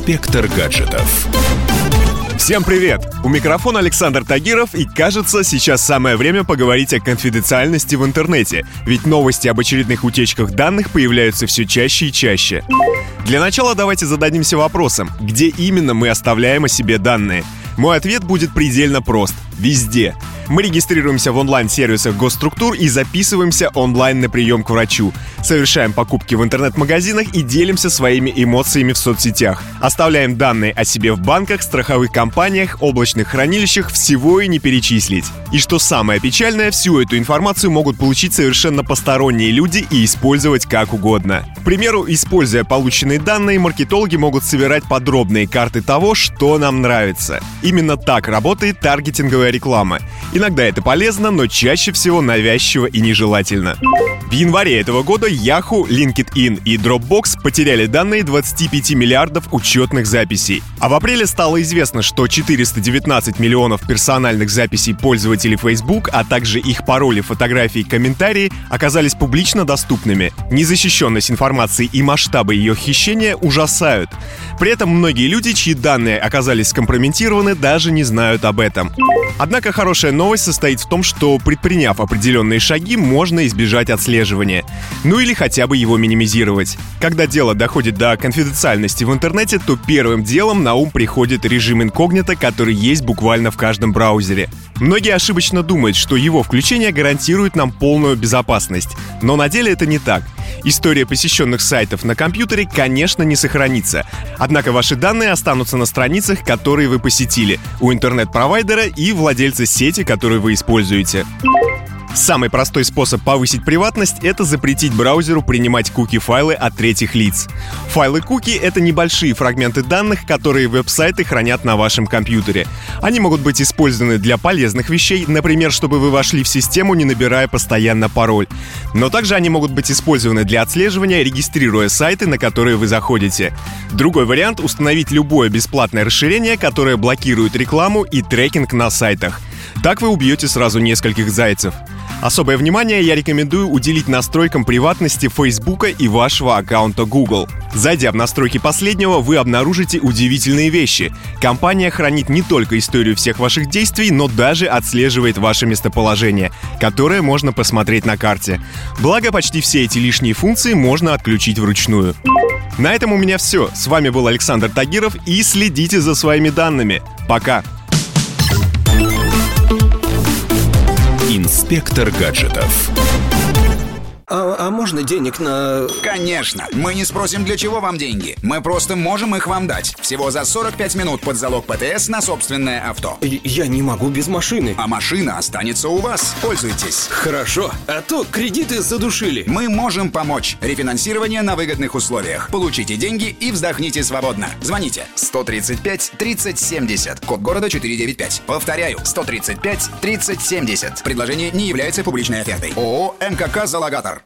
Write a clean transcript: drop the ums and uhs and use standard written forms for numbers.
Инспектор гаджетов. Всем привет! У микрофона Александр Тагиров, и кажется, сейчас самое время поговорить о конфиденциальности в интернете, ведь новости об очередных утечках данных появляются все чаще и чаще. Для начала давайте зададимся вопросом, где именно мы оставляем о себе данные. Мой ответ будет предельно прост – везде. Мы регистрируемся в онлайн-сервисах госструктур и записываемся онлайн на прием к врачу. Совершаем покупки в интернет-магазинах и делимся своими эмоциями в соцсетях. Оставляем данные о себе в банках, страховых компаниях, облачных хранилищах, всего и не перечислить. И что самое печальное, всю эту информацию могут получить совершенно посторонние люди и использовать как угодно. К примеру, используя полученные данные, маркетологи могут собирать подробные карты того, что нам нравится. Именно так работает таргетинговая реклама. Иногда это полезно, но чаще всего навязчиво и нежелательно. В январе этого года Yahoo, LinkedIn и Dropbox потеряли данные 25 миллиардов учетных записей. А в апреле стало известно, что 419 миллионов персональных записей пользователей Facebook, а также их пароли, фотографии и комментарии оказались публично доступными. Незащищенность информации и масштабы ее хищения ужасают. При этом многие люди, чьи данные оказались скомпрометированы, даже не знают об этом. Однако хорошая новость состоит в том, что, предприняв определенные шаги, можно избежать отслеживания. Ну или хотя бы его минимизировать. Когда дело доходит до конфиденциальности в интернете, то первым делом на ум приходит режим инкогнито, который есть буквально в каждом браузере. Многие ошибочно думают, что его включение гарантирует нам полную безопасность. Но на деле это не так. История посещенных сайтов на компьютере, конечно, не сохранится. Однако ваши данные останутся на страницах, которые вы посетили, у интернет-провайдера и владельца сети, которую вы используете. Самый простой способ повысить приватность — это запретить браузеру принимать куки-файлы от третьих лиц. Файлы-куки — это небольшие фрагменты данных, которые веб-сайты хранят на вашем компьютере. Они могут быть использованы для полезных вещей, например, чтобы вы вошли в систему, не набирая постоянно пароль. Но также они могут быть использованы для отслеживания, регистрируя сайты, на которые вы заходите. Другой вариант — установить любое бесплатное расширение, которое блокирует рекламу и трекинг на сайтах. Так вы убьете сразу нескольких зайцев. Особое внимание я рекомендую уделить настройкам приватности Facebook и вашего аккаунта Google. Зайдя в настройки последнего, вы обнаружите удивительные вещи. Компания хранит не только историю всех ваших действий, но даже отслеживает ваше местоположение, которое можно посмотреть на карте. Благо, почти все эти лишние функции можно отключить вручную. На этом у меня все. С вами был Александр Тагиров, и следите за своими данными. Пока! Инспектор гаджетов. А можно денег на... Конечно! Мы не спросим, для чего вам деньги. Мы просто можем их вам дать. Всего за 45 минут под залог ПТС на собственное авто. Я не могу без машины. А машина останется у вас. Пользуйтесь. Хорошо, а то кредиты задушили. Мы можем помочь. Рефинансирование на выгодных условиях. Получите деньги и вздохните свободно. Звоните 135 30 70. Код города 495. Повторяю, 135 30 70. Предложение не является публичной офертой. ООО «МКК Залогатор».